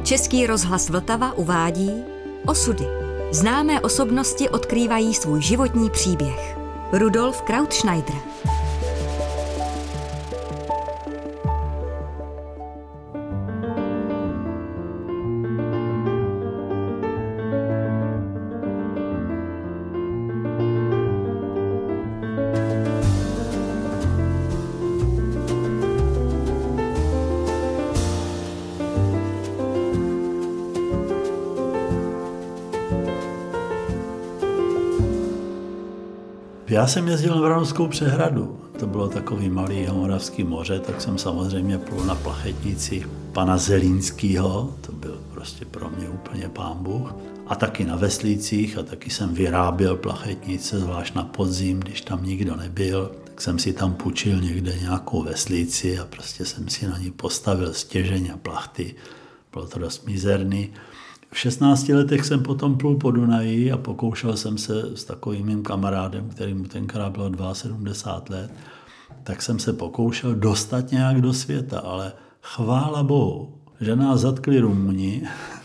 Český rozhlas Vltava uvádí Osudy. Známé osobnosti odkrývají svůj životní příběh. Rudolf Krautschneider. Já jsem jezdil na Vranovskou přehradu, to bylo takový malý moravský moře, tak jsem samozřejmě plul na plachetnici pana Zelínského, to byl prostě pro mě úplně pán Bůh, a taky na Veslících, a taky jsem vyráběl plachetnice, zvlášť na podzim, když tam nikdo nebyl, tak jsem si tam půjčil někde nějakou veslíci a prostě jsem si na ní postavil stěžeň a plachty, bylo to dost mizerný. V 16 letech jsem potom plul po Dunaji a pokoušel jsem se s takovým mým kamarádem, který mu tenkrát bylo 72 let, tak jsem se pokoušel dostat nějak do světa, ale chvála Bohu, že nás zatkli Rumuni,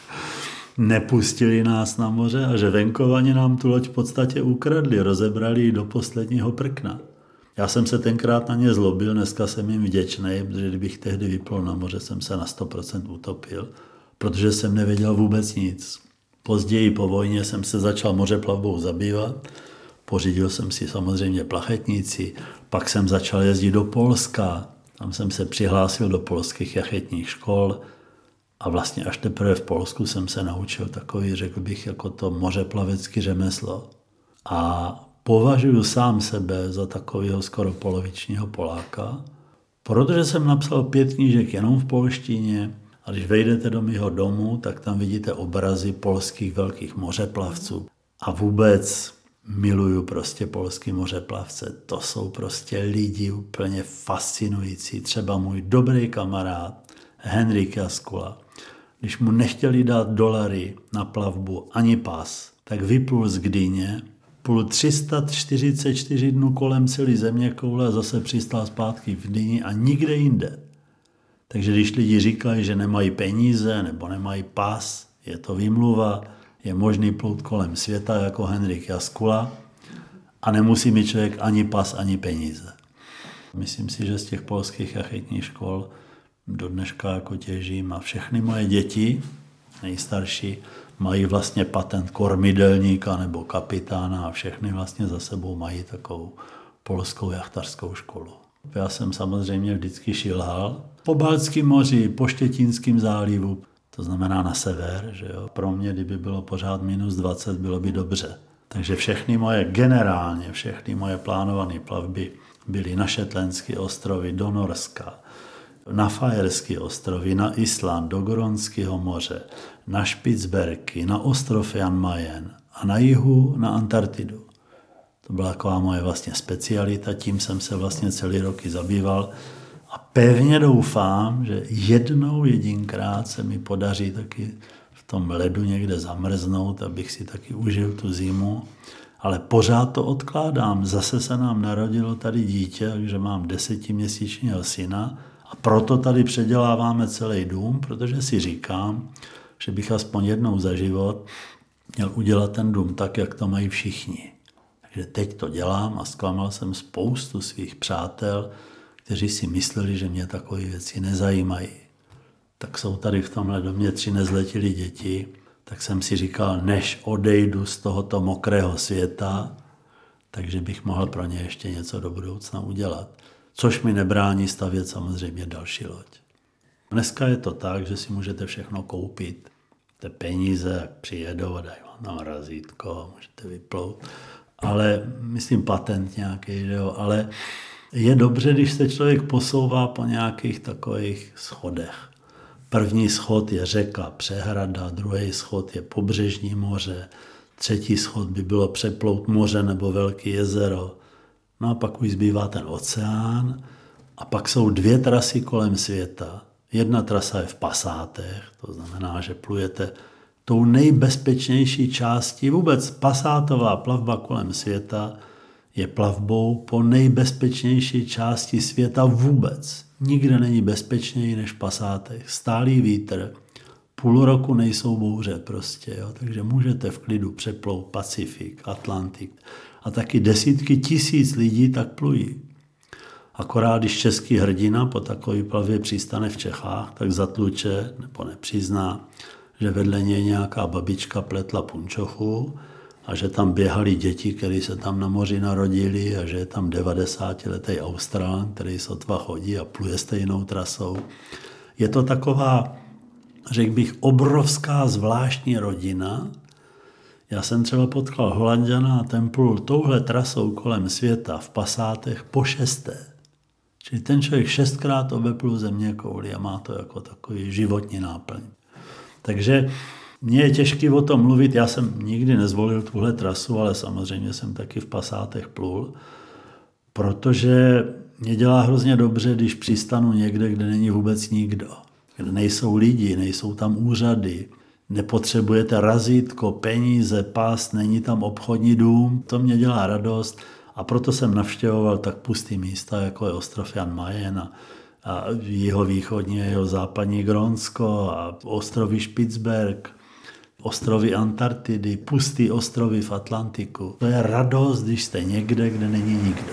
nepustili nás na moře a že Venkovani nám tu loď v podstatě ukradli, rozebrali ji do posledního prkna. Já jsem se tenkrát na ně zlobil, dneska jsem jim vděčný, protože kdybych tehdy vyplul na moře, jsem se na 100% utopil, protože jsem nevěděl vůbec nic. Později po vojně jsem se začal mořeplavbou zabývat, pořídil jsem si samozřejmě plachetnici, pak jsem začal jezdit do Polska, tam jsem se přihlásil do polských jachetních škol a vlastně až teprve v Polsku jsem se naučil takový, řekl bych, jako to mořeplavecký řemeslo. A považuji sám sebe za takového skoro polovičního Poláka, protože jsem napsal 5 knížek jenom v polštině. A když vejdete do mého domu, tak tam vidíte obrazy polských velkých mořeplavců. A vůbec miluju prostě polský mořeplavce. To jsou prostě lidi úplně fascinující. Třeba můj dobrý kamarád Henrik Jaskula. Když mu nechtěli dát dolary na plavbu ani pas, tak vyplul z Gdyně, plul 344 dnů kolem celé zeměkoule a zase přistál zpátky v Gdyni a nikde jinde. Takže když lidi říkají, že nemají peníze nebo nemají pas, je to výmluva, je možný plout kolem světa jako Henrik Jaskula a nemusí mít člověk ani pas, ani peníze. Myslím si, že z těch polských jachetních škol do dneška jako těžím a všechny moje děti, nejstarší, mají vlastně patent kormidelníka nebo kapitána a všechny vlastně za sebou mají takovou polskou jachtařskou školu. Já jsem samozřejmě vždycky šilhal po Baltském moři, po Štětínském zálivu, to znamená na sever, že jo. Pro mě, kdyby bylo pořád -20, bylo by dobře. Takže všechny moje plánované plavby byly na Shetlandské ostrovy, do Norska, na Fajerské ostrovy, na Island, do Grónského moře, na Špicberky, na ostrov Jan Mayen a na jihu na Antarktidu. To byla taková moje vlastně specialita, tím jsem se vlastně celý roky zabýval a pevně doufám, že jedinkrát se mi podaří taky v tom ledu někde zamrznout, abych si taky užil tu zimu, ale pořád to odkládám. Zase se nám narodilo tady dítě, takže mám 10měsíčního syna a proto tady předěláváme celý dům, protože si říkám, že bych aspoň jednou za život měl udělat ten dům tak, jak to mají všichni. Takže teď to dělám a zklamal jsem spoustu svých přátel, kteří si mysleli, že mě takové věci nezajímají. Tak jsou tady v tomhle domě 3 nezletilé děti, tak jsem si říkal, než odejdu z tohoto mokrého světa, takže bych mohl pro ně ještě něco do budoucna udělat. Což mi nebrání stavět samozřejmě další loď. Dneska je to tak, že si můžete všechno koupit. Ty peníze přijedou a dají vám tam razítko, můžete vyplout. Ale myslím patent nějaký, že jo, ale je dobře, když se člověk posouvá po nějakých takových schodech. První schod je řeka, přehrada, druhý schod je pobřežní moře, třetí schod by bylo přeplout moře nebo velké jezero. No a pak už zbývá ten oceán a pak jsou 2 trasy kolem světa. Jedna trasa je v pasátech, to znamená, že plujete tou nejbezpečnější částí. Vůbec pasátová plavba kolem světa je plavbou po nejbezpečnější části světa vůbec. Nikde není bezpečněji než v pasátech. Stálý vítr, půl roku nejsou bouře prostě, jo? Takže můžete v klidu přeplout Pacifik, Atlantik a taky desítky tisíc lidí tak plují. Akorát, když český hrdina po takové plavbě přistane v Čechách, tak zatluče nebo nepřizná, že vedle něj nějaká babička pletla punčochu a že tam běhali děti, které se tam na moři narodili a že je tam 90letý Australan, který sotva chodí a pluje stejnou trasou. Je to taková, řekl bych, obrovská zvláštní rodina. Já jsem třeba potkal Holanďana a ten plul touhle trasou kolem světa v Passátech po 6. Čili ten člověk 6krát obeplul zeměkouli a má to jako takový životní náplň. Takže mně je těžké o tom mluvit, já jsem nikdy nezvolil tuhle trasu, ale samozřejmě jsem taky v Passátech plul, protože mě dělá hrozně dobře, když přistanu někde, kde není vůbec nikdo, kde nejsou lidi, nejsou tam úřady, nepotřebujete razítko, peníze, pas, není tam obchodní dům, to mě dělá radost a proto jsem navštěvoval tak pustý místa, jako je ostrov Jan Mayen a jihovýchodní, jeho západní Grónsko a ostrovy Špicberg, ostrovy Antarktidy, pustý ostrovy v Atlantiku. To je radost, když jste někde, kde není nikdo.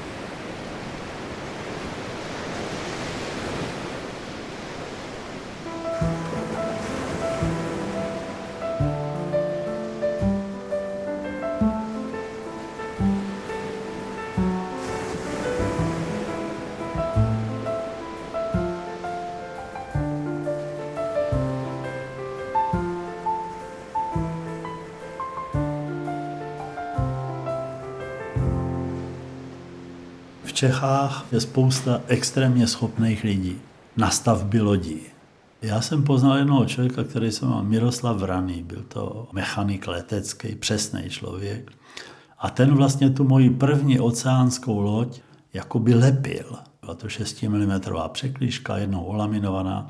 V Čechách je spousta extrémně schopných lidí na stavbě lodí. Já jsem poznal jednoho člověka, který se jmenoval Miroslav Vraný, byl to mechanik letecký, přesný člověk. A ten vlastně tu moji první oceánskou loď jakoby lepil. Byla to 6 mm překlíška, jednou olaminovaná.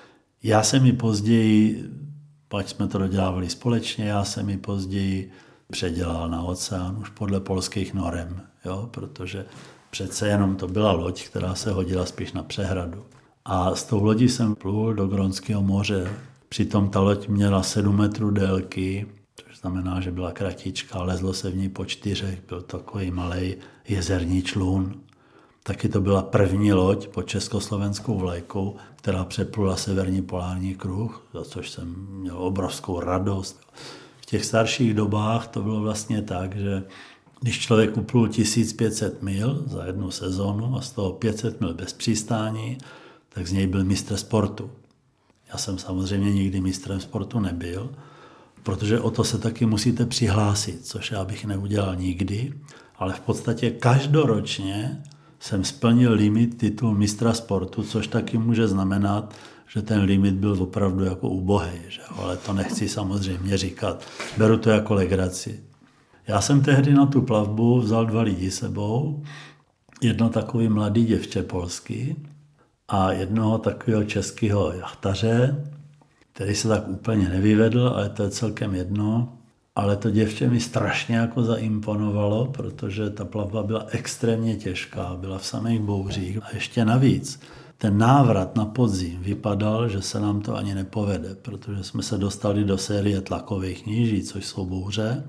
Já jsem ji později, pak jsme to dodělávali společně, já jsem ji později předělal na oceán už podle polských norem, jo, protože přece jenom to byla loď, která se hodila spíš na přehradu. A s tou lodí jsem plul do Grónského moře. Přitom ta loď měla 7 metrů délky, což znamená, že byla kratička, lezlo se v ní po 4, byl takový malej jezerní člun. Taky to byla první loď pod československou vlajkou, která přeplula severní polární kruh, za což jsem měl obrovskou radost. V těch starších dobách to bylo vlastně tak, že když člověk uplul 1500 mil za jednu sezónu a z toho 500 mil bez přistání, tak z něj byl mistr sportu. Já jsem samozřejmě nikdy mistrem sportu nebyl, protože o to se taky musíte přihlásit, což já bych neudělal nikdy, ale v podstatě každoročně jsem splnil limit titul mistra sportu, což taky může znamenat, že ten limit byl opravdu jako ubohej, že? Ale to nechci samozřejmě říkat. Beru to jako legraci. Já jsem tehdy na tu plavbu vzal 2 lidi sebou, jedno takový mladý děvče polský a jednoho takového českého jachtaře, který se tak úplně nevyvedl, ale to je celkem jedno. Ale to děvče mi strašně jako zaimponovalo, protože ta plavba byla extrémně těžká, byla v samých bouřích. A ještě navíc, ten návrat na podzim vypadal, že se nám to ani nepovede, protože jsme se dostali do série tlakových níží, což jsou bouře.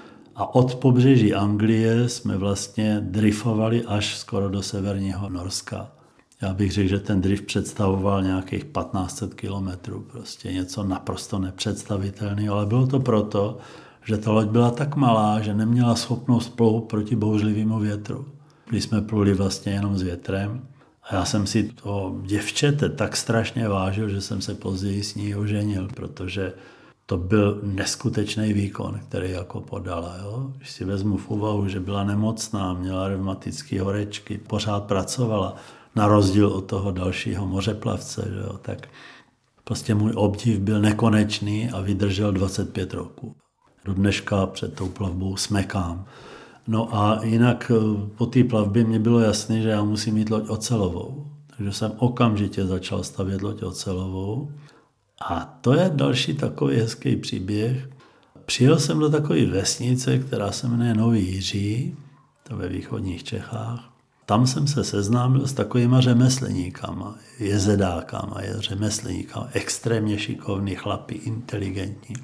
A od pobřeží Anglie jsme vlastně driftovali až skoro do severního Norska. Já bych řekl, že ten drift představoval nějakých 1500 kilometrů, prostě něco naprosto nepředstavitelného, ale bylo to proto, že ta loď byla tak malá, že neměla schopnost plout proti bouřlivému větru. Když jsme pluli vlastně jenom s větrem. A já jsem si to děvčete tak strašně vážil, že jsem se později s ní oženil, protože to byl neskutečný výkon, který jako podala. Jo? Když si vezmu v úvahu, že byla nemocná, měla revmatické horečky, pořád pracovala, na rozdíl od toho dalšího mořeplavce, že jo? Tak prostě můj obdiv byl nekonečný a vydržel 25 roků. Do dneška před tou plavbou smekám. No a jinak po té plavbě mě bylo jasné, že já musím mít loď ocelovou. Takže jsem okamžitě začal stavět loď ocelovou. A to je další takový hezký příběh. Přijel jsem do takové vesnice, která se jmenuje Nový Jiří, to ve východních Čechách. Tam jsem se seznámil s takovýma řemeslníkama, jezedákama, řemeslníkama, extrémně šikovní chlapi, inteligentní.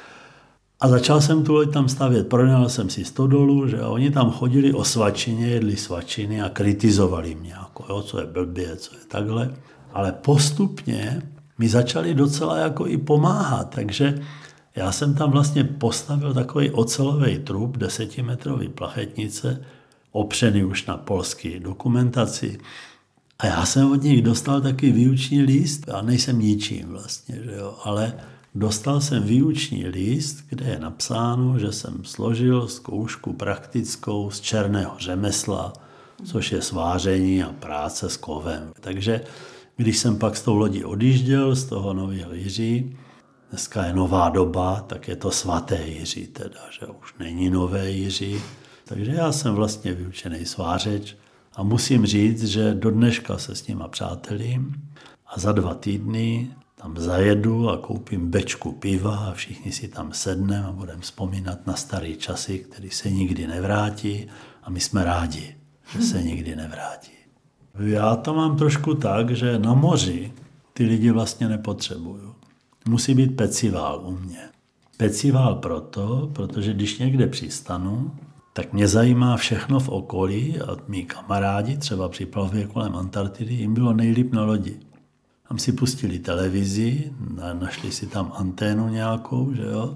A začal jsem tu loď tam stavět, pronajal jsem si stodolu, že oni tam chodili o svačině, jedli svačiny a kritizovali mě, jako, jo, co je blbě, co je takhle. Ale postupně mi začali docela jako i pomáhat, takže já jsem tam vlastně postavil takový ocelový trup, 10metrový plachetnice, opřený už na polské dokumentaci. A já jsem od nich dostal taky výuční list, já nejsem ničím vlastně, že jo, ale dostal jsem výuční list, kde je napsáno, že jsem složil zkoušku praktickou z černého řemesla, což je sváření a práce s kovem. Takže když jsem pak s tou lodí odjížděl z toho Nového Jiří, dneska je nová doba, tak je to svaté Jiří teda, že už není nové Jiří. Takže já jsem vlastně vyučený svářeč a musím říct, že do dneška se s nima přátelím a za 2 týdny tam zajedu a koupím bečku piva a všichni si tam sedneme a budeme vzpomínat na staré časy, které se nikdy nevrátí a my jsme rádi, že se nikdy nevrátí. Já to mám trošku tak, že na moři ty lidi vlastně nepotřebuju. Musí být pecivál u mě. Pecivál protože když někde přistanu, tak mě zajímá všechno v okolí a mý kamarádi, třeba při plavbě kolem Antarktidy, jim bylo nejlíp na lodi. Tam si pustili televizi, našli si tam anténu nějakou, že jo,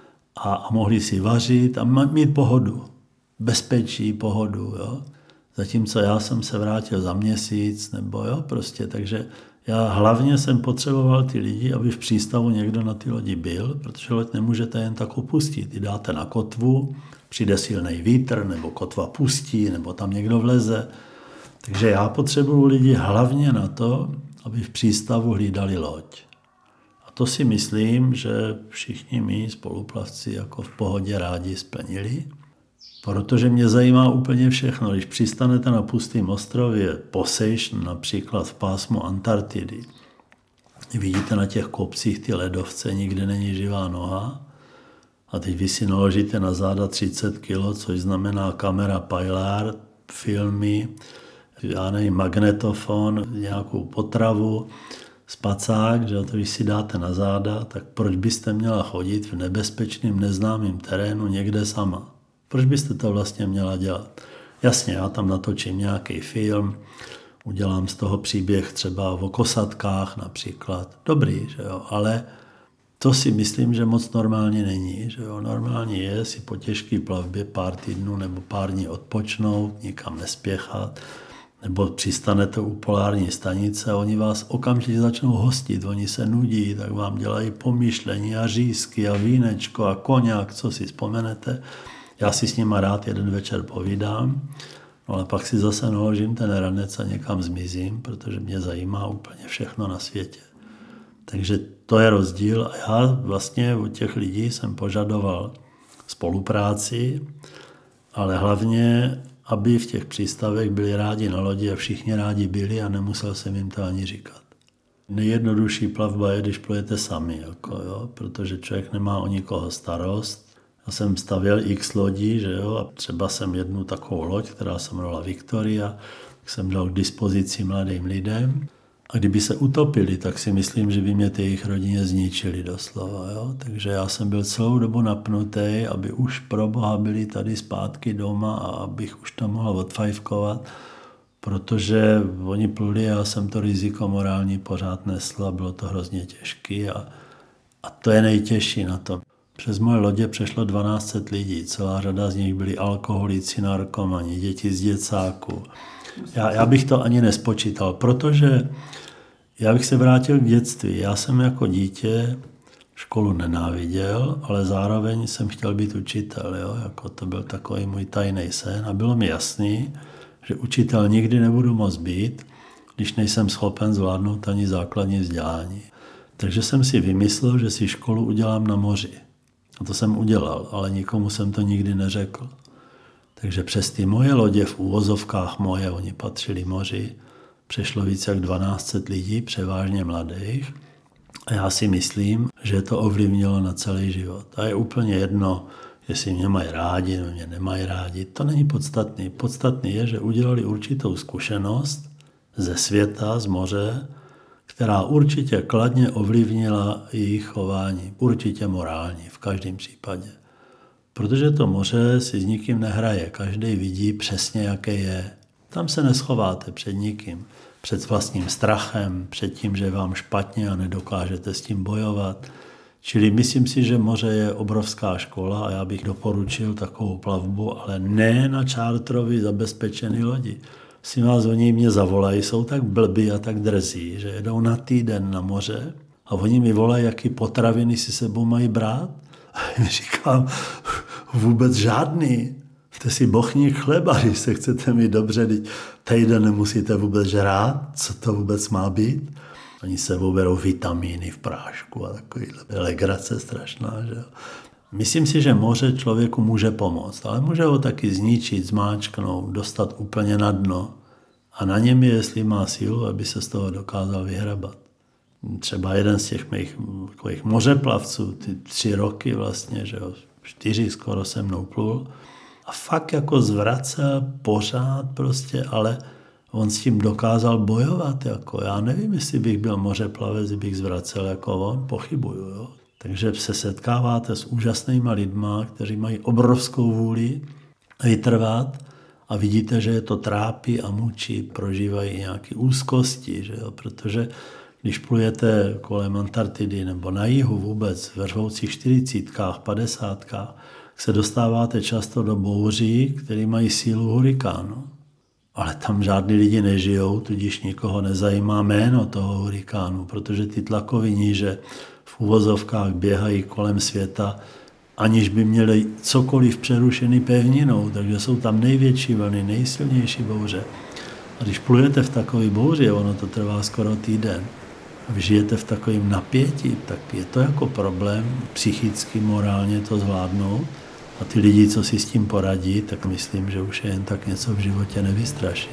a mohli si vařit a mít pohodu. Bezpečí, pohodu, jo. Zatímco já jsem se vrátil za měsíc, nebo jo, prostě, takže já hlavně jsem potřeboval ty lidi, aby v přístavu někdo na ty lodi byl, protože loď nemůžete jen tak opustit. Ji dáte na kotvu, přijde silný vítr, nebo kotva pustí, nebo tam někdo vleze. Takže já potřebuju lidi hlavně na to, aby v přístavu hlídali loď. A to si myslím, že všichni mí spoluplavci jako v pohodě rádi splnili, protože mě zajímá úplně všechno. Když přistanete na pustém ostrově Posejšn, například v pásmu Antarktidy, vidíte na těch kopcích ty ledovce, nikde není živá noha, a teď vy si naložíte na záda 30 kg, což znamená kamera Pajlár, filmy, já nevím, magnetofon, nějakou potravu, spacák, že to když si dáte na záda, tak proč byste měla chodit v nebezpečném neznámém terénu někde sama? Proč byste to vlastně měla dělat? Jasně, já tam natočím nějaký film, udělám z toho příběh třeba o kosatkách například. Dobrý, že jo, ale to si myslím, že moc normální není. Že jo? Normální je si po těžké plavbě pár týdnů nebo pár dní odpočnout, nikam nespěchat, nebo přistanete u polární stanice a oni vás okamžitě začnou hostit, oni se nudí, tak vám dělají pomyšlení a řízky a vínečko a koňák, co si vzpomenete. Já si s nima rád jeden večer povídám, no ale pak si zase naložím ten ranec a někam zmizím, protože mě zajímá úplně všechno na světě. Takže to je rozdíl a já vlastně od těch lidí jsem požadoval spolupráci, ale hlavně, aby v těch přístavech byli rádi na lodi a všichni rádi byli a nemusel jsem jim to ani říkat. Nejjednodušší plavba je, když plujete sami, jako, jo, protože člověk nemá o nikoho starost. Já jsem stavěl x lodí, že jo, a třeba jsem jednu takovou loď, která se jmenovala Victoria, tak jsem dal k dispozici mladým lidem. A kdyby se utopili, tak si myslím, že by mě ty jejich rodině zničili doslova. Jo? Takže já jsem byl celou dobu napnutý, aby už pro Boha byli tady zpátky doma a abych už to mohl odfajfkovat, protože oni pluli a já jsem to riziko morální pořád nesl a bylo to hrozně těžké a to je nejtěžší na tom. Přes moje lodě přešlo 1200 lidí, celá řada z nich byli alkoholici, narkomani, děti z děcáku. Já bych to ani nespočítal, protože já bych se vrátil k dětství. Já jsem jako dítě školu nenáviděl, ale zároveň jsem chtěl být učitel. Jo? Jako to byl takový můj tajný sen a bylo mi jasný, že učitel nikdy nebudu moct být, když nejsem schopen zvládnout ani základní vzdělání. Takže jsem si vymyslel, že si školu udělám na moři. A to jsem udělal, ale nikomu jsem to nikdy neřekl. Takže přes ty moje lodě v úvozovkách moje, oni patřili moři, přešlo více jak 1200 lidí, převážně mladých. A já si myslím, že to ovlivnilo na celý život. A je úplně jedno, jestli mě mají rádi nebo mě nemají rádi. To není podstatný. Podstatný je, že udělali určitou zkušenost ze světa, z moře, která určitě kladně ovlivnila jejich chování, určitě morální v každém případě. Protože to moře si s nikým nehraje, každý vidí přesně, jaké je. Tam se neschováte před nikým, před vlastním strachem, před tím, že je vám špatně a nedokážete s tím bojovat. Čili myslím si, že moře je obrovská škola a já bych doporučil takovou plavbu, ale ne na čártrový zabezpečený lodi. Si vás oni mě zavolají, jsou tak blbí a tak drzí, že jedou na týden na moře a oni mi volají, jaký potraviny si sebou mají brát. A jim říkám, vůbec žádný. Jste si bochník chleba, když se chcete mít dobře, týden nemusíte vůbec žrát, co to vůbec má být. Oni sebou berou vitamíny v prášku a takovýhle legrace strašná. Že? Myslím si, že moře člověku může pomoct, ale může ho taky zničit, zmáčknout, dostat úplně na dno. A na něm je, jestli má sílu, aby se z toho dokázal vyhrabat. Třeba jeden z těch mých mořeplavců, ty 3 roky vlastně, že jo, 4 skoro se mnou plul a fakt jako zvracel pořád prostě, ale on s tím dokázal bojovat. Jako. Já nevím, jestli bych byl mořeplavec, bych zvracel jako on, pochybuju. Jo. Takže se setkáváte s úžasnýma lidma, kteří mají obrovskou vůli vytrvat a vidíte, že je to trápí a mučí, prožívají nějaké úzkosti, že jo? Protože když plujete kolem Antarktidy nebo na jihu vůbec v rvoucích 40, 50, se dostáváte často do bouří, které mají sílu hurikánu. Ale tam žádní lidi nežijou, tudíž nikoho nezajímá jméno toho hurikánu, protože ty tlakové níže v uvozovkách běhají kolem světa, aniž by měli cokoliv přerušený pevninou, takže jsou tam největší vlny, nejsilnější bouře. A když plujete v takové bouři, ono to trvá skoro týden, a vy žijete v takovém napětí, tak je to jako problém psychicky, morálně to zvládnout. A ty lidi, co si s tím poradí, tak myslím, že už je jen tak něco v životě nevystraší.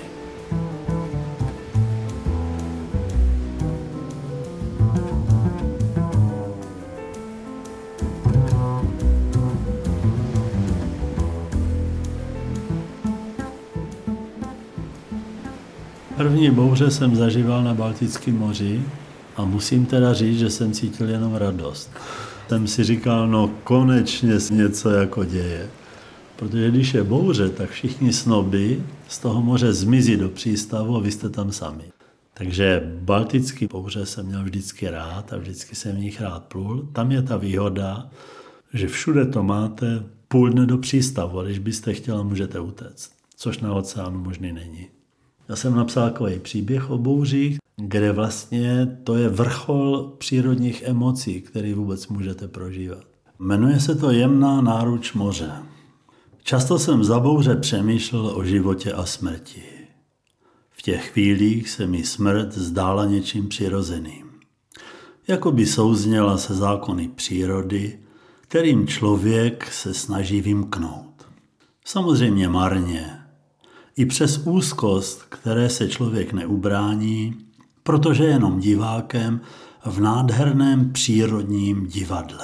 První bouře jsem zažíval na Baltickém moři a musím teda říct, že jsem cítil jenom radost. Jsem si říkal, no konečně se něco jako děje. Protože když je bouře, tak všichni snoby z toho moře zmizí do přístavu a vy jste tam sami. Takže baltický bouře jsem měl vždycky rád a vždycky jsem v nich rád plul. Tam je ta výhoda, že všude to máte půl dne do přístavu a když byste chtěla, můžete utéct. Což na oceánu možný není. Já jsem napsal takový příběh o bouřích, kde vlastně to je vrchol přírodních emocí, které vůbec můžete prožívat. Jmenuje se to Jemná náruč moře. Často jsem za bouře přemýšlel o životě a smrti. V těch chvílích se mi smrt zdála něčím přirozeným. Jako by souzněla se zákony přírody, kterým člověk se snaží vymknout. Samozřejmě marně. I přes úzkost, které se člověk neubrání, protože je jenom divákem v nádherném přírodním divadle.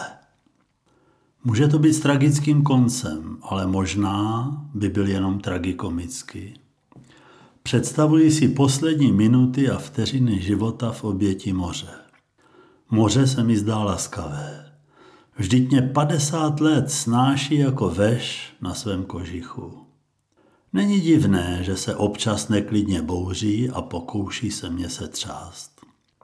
Může to být s tragickým koncem, ale možná by byl jenom tragikomický. Představuji si poslední minuty a vteřiny života v oběti moře. Moře se mi zdá laskavé. Vždyť mě 50 let snáší jako veš na svém kožichu. Není divné, že se občas neklidně bouří a pokouší se mě setřást.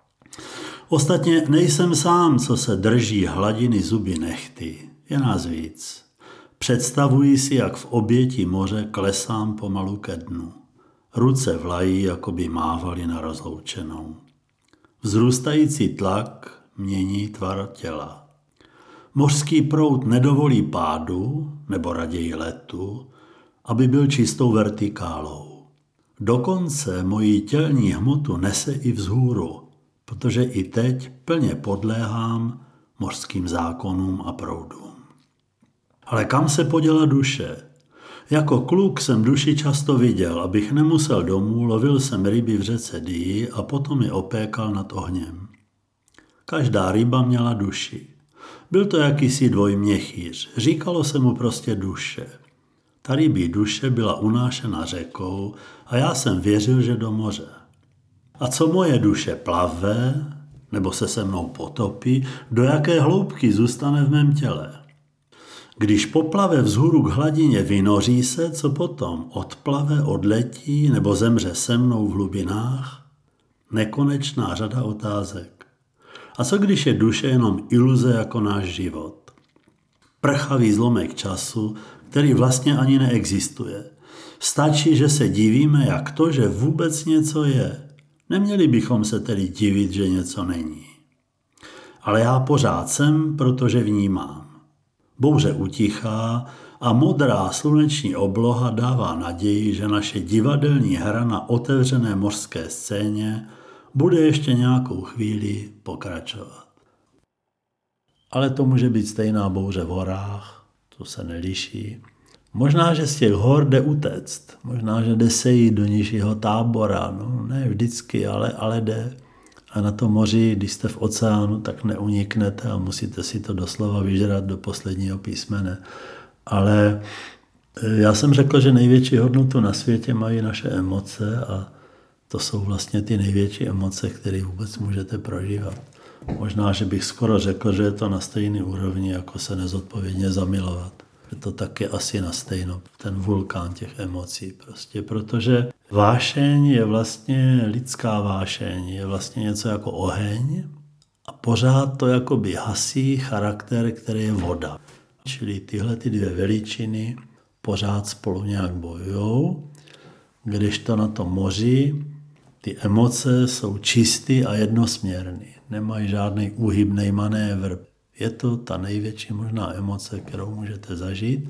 Ostatně nejsem sám, co se drží hladiny zuby nehty. Je nás víc. Představuji si, jak v oběti moře klesám pomalu ke dnu. Ruce vlají, jako by mávaly na rozloučenou. Vzrůstající tlak mění tvar těla. Mořský proud nedovolí pádu, nebo raději letu, aby byl čistou vertikálou. Dokonce moji tělní hmotu nese i vzhůru, protože i teď plně podléhám mořským zákonům a proudům. Ale kam se poděla duše? Jako kluk jsem duši často viděl, abych nemusel domů, lovil jsem ryby v řece Dii a potom je opékal nad ohněm. Každá ryba měla duši. Byl to jakýsi dvojměchýř, říkalo se mu prostě duše. Ta rybí duše byla unášena řekou a já jsem věřil, že do moře. A co moje duše plave, nebo se mnou potopí, do jaké hloubky zůstane v mém těle? Když poplave vzhůru k hladině, vynoří se, co potom? Odplave, odletí nebo zemře se mnou v hlubinách? Nekonečná řada otázek. A co když je duše jenom iluze jako náš život? Prchavý zlomek času, který vlastně ani neexistuje. Stačí, že se divíme, jak to, že vůbec něco je. Neměli bychom se tedy divit, že něco není. Ale já pořád jsem, protože vnímám. Bouře utichá a modrá sluneční obloha dává naději, že naše divadelní hra na otevřené mořské scéně bude ještě nějakou chvíli pokračovat. Ale to může být stejná bouře v horách, to se neliší. Možná, že z těch hor jde utéct, možná, že jde sejít do nižšího tábora, no ne vždycky, ale jde. A na tom moři, když jste v oceánu, tak neuniknete a musíte si to doslova vyžrat do posledního písmene. Ale já jsem řekl, že největší hodnotu na světě mají naše emoce a to jsou vlastně ty největší emoce, které vůbec můžete prožívat. Možná, že bych skoro řekl, že je to na stejné úrovni, jako se nezodpovědně zamilovat. Je to taky asi na stejno, ten vulkán těch emocí prostě, protože vášeň je vlastně lidská vášeň, je vlastně něco jako oheň a pořád to jakoby hasí charakter, který je voda. Čili tyhle ty dvě veličiny pořád spolu nějak bojujou, když to na tom moři ty emoce jsou čistý a jednosměrný, nemají žádný úhybný manévr. Je to ta největší možná emoce, kterou můžete zažít.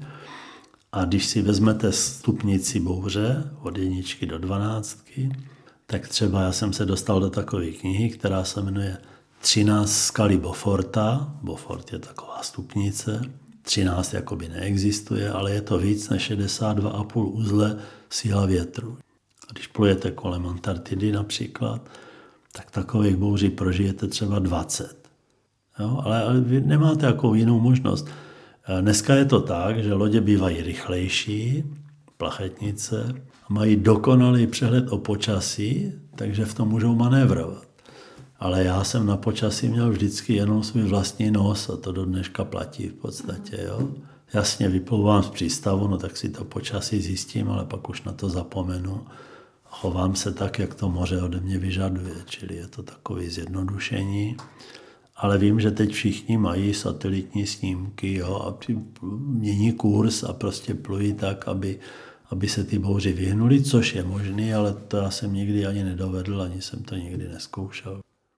A když si vezmete stupnici bouře od 1 do 12, tak třeba já jsem se dostal do takové knihy, která se jmenuje 13 skaly Beauforta. Beaufort je taková stupnice. 13 jakoby neexistuje, ale je to víc než 62,5 uzle síla větru. A když plujete kolem Antarktidy například, tak takových bouří prožijete třeba 20. Jo, ale vy nemáte jakou jinou možnost. Dneska je to tak, že lodě bývají rychlejší, plachetnice, a mají dokonalý přehled o počasí, takže v tom můžou manévrovat. Ale já jsem na počasí měl vždycky jenom svůj vlastní nos a to do dneška platí v podstatě. Jo. Jasně, vyplouvám z přístavu, no tak si to počasí zjistím, ale pak už na to zapomenu. Chovám se tak, jak to moře ode mě vyžaduje, čili je to takové zjednodušení. Ale vím, že teď všichni mají satelitní snímky, jo, a mění kurz a prostě plují tak, aby se ty bouři vyhnuli, což je možné, ale to já jsem nikdy ani nedovedl, ani jsem to nikdy nezkoušel.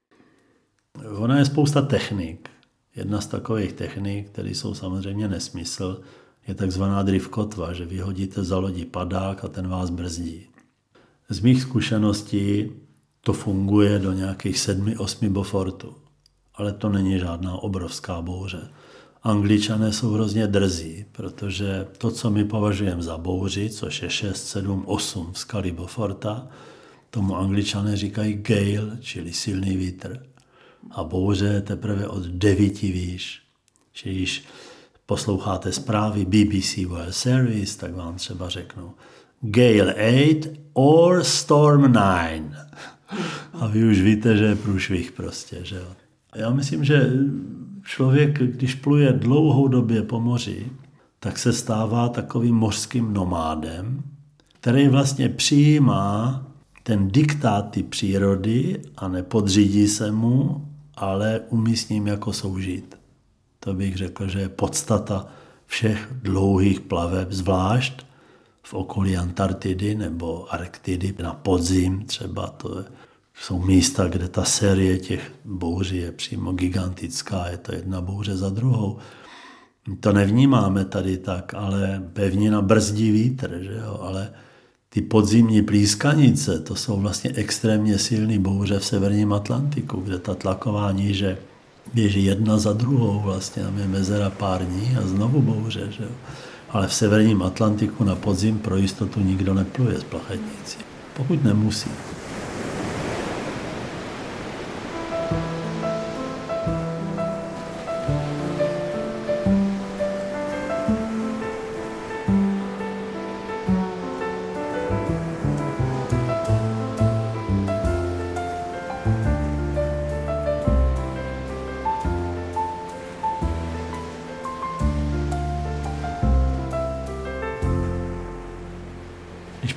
Ona je spousta technik. Jedna z takových technik, které jsou samozřejmě nesmysl, je takzvaná driftkotva, že vyhodíte za lodi padák a ten vás brzdí. Z mých zkušeností to funguje do nějakých 7-8 Beaufortů. Ale to není žádná obrovská bouře. Angličané jsou hrozně drzí, protože to, co my považujeme za bouři, což je 6, 7, 8 v skali Beauforta, tomu Angličané říkají gale, čili silný vítr. A bouře je teprve od 9 výš. Čili když posloucháte zprávy BBC World Service, tak vám třeba řeknou gale 8 or storm 9. A vy už víte, že je průšvih prostě, že jo. Já myslím, že člověk, když pluje dlouhou době po moři, tak se stává takovým mořským nomádem, který vlastně přijímá ten diktát ty přírody a nepodřídí se mu, ale umí s ním jako soužít. To bych řekl, že je podstata všech dlouhých plaveb, zvlášť v okolí Antarktidy nebo Arktidy na podzim třeba, to jsou místa, kde ta série těch bouří je přímo gigantická, je to jedna bouře za druhou. To nevnímáme tady tak, ale pevnina brzdí vítr, že jo? Ale ty podzimní plískanice, to jsou vlastně extrémně silné bouře v severním Atlantiku, kde ta tlaková níže běží jedna za druhou, vlastně tam je mezera pár dní a znovu bouře, že jo? Ale v severním Atlantiku na podzim pro jistotu nikdo nepluje z plachetnicí, pokud nemusí.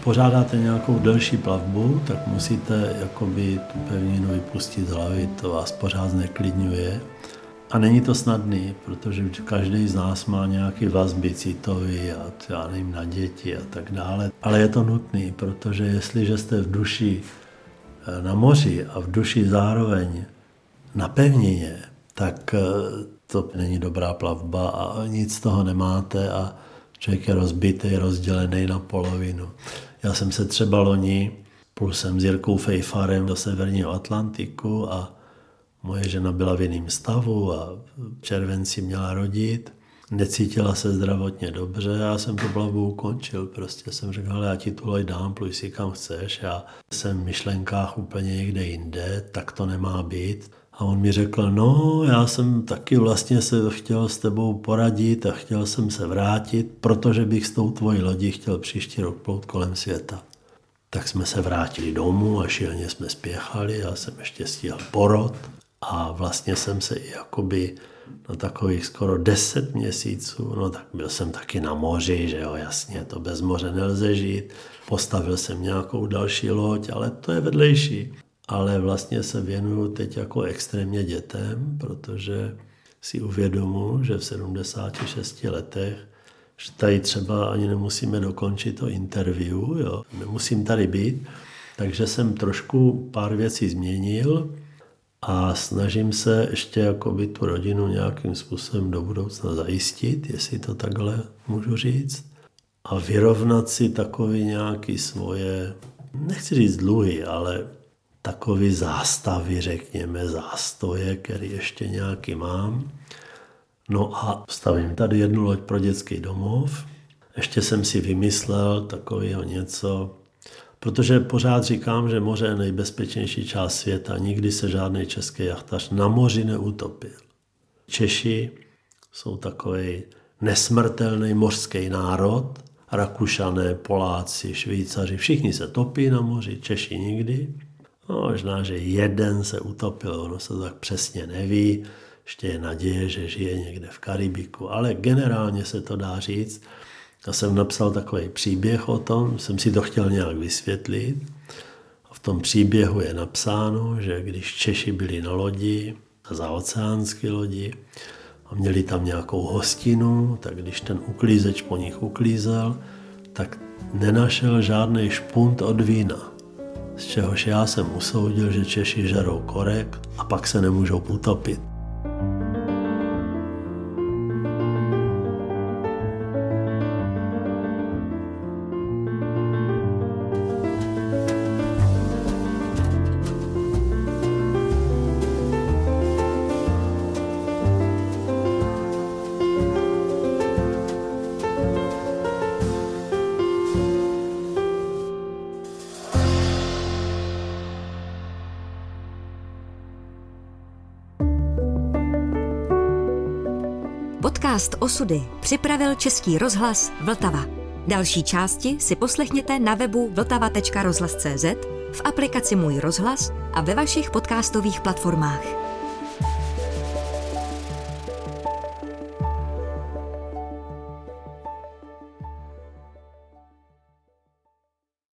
pořádáte nějakou delší plavbu, tak musíte jakoby tu pevninu vypustit z hlavy, to vás pořád zneklidňuje. A není to snadný, protože každý z nás má nějaké vazby citový a já nevím, na děti a tak dále. Ale je to nutný, protože jestliže jste v duši na moři a v duši zároveň na pevnině, tak to není dobrá plavba a nic z toho nemáte a člověk je rozbitý, rozdělený na polovinu. Já jsem se třeba loni, plul jsem s Jirkou Fejfarem do severního Atlantiku a moje žena byla v jiném stavu a v červenci měla rodit. Necítila se zdravotně dobře, já jsem tu plavbu ukončil. Prostě jsem řekl, ale já ti tu loď dám, pluj si kam chceš. Já jsem v myšlenkách úplně někde jinde, tak to nemá být. A on mi řekl, no, já jsem taky vlastně se chtěl s tebou poradit a chtěl jsem se vrátit, protože bych s tou tvojí lodí chtěl příští rok plout kolem světa. Tak jsme se vrátili domů a šíleně jsme spěchali, já jsem ještě stihl porod a vlastně jsem se i jakoby na takových skoro 10 měsíců, no tak byl jsem taky na moři, že jo, jasně, to bez moře nelze žít. Postavil jsem nějakou další loď, ale to je vedlejší. Ale vlastně se věnuju teď jako extrémně dětem, protože si uvědomuji, že v 76 letech, že tady třeba ani nemusíme dokončit to interview, jo, nemusím tady být, takže jsem trošku pár věcí změnil a snažím se ještě jakoby tu rodinu nějakým způsobem do budoucna zajistit, jestli to takhle můžu říct, a vyrovnat si takový nějaký svoje, nechci říct dluhy, ale takový zástavy, řekněme, zástoje, který ještě nějaký mám. No a stavím tady jednu loď pro dětský domov. Ještě jsem si vymyslel takového něco, protože pořád říkám, že moře je nejbezpečnější část světa. Nikdy se žádný český jachtař na moři neutopil. Češi jsou takový nesmrtelný mořský národ. Rakušané, Poláci, Švýcaři, všichni se topí na moři, Češi nikdy. No, možná, že jeden se utopil, ono se to tak přesně neví, ještě je naděje, že žije někde v Karibiku, ale generálně se to dá říct. Já jsem napsal takový příběh o tom, jsem si to chtěl nějak vysvětlit. A v tom příběhu je napsáno, že když Češi byli na lodi, na zaoceánské lodi, a měli tam nějakou hostinu, tak když ten uklízeč po nich uklízel, tak nenašel žádný špunt od vína. Z čehož já jsem usoudil, že Češi žerou korek a pak se nemůžou utopit. Podcast Osudy připravil Český rozhlas Vltava. Další části si poslechněte na webu vltava.rozhlas.cz, v aplikaci Můj rozhlas a ve vašich podcastových platformách.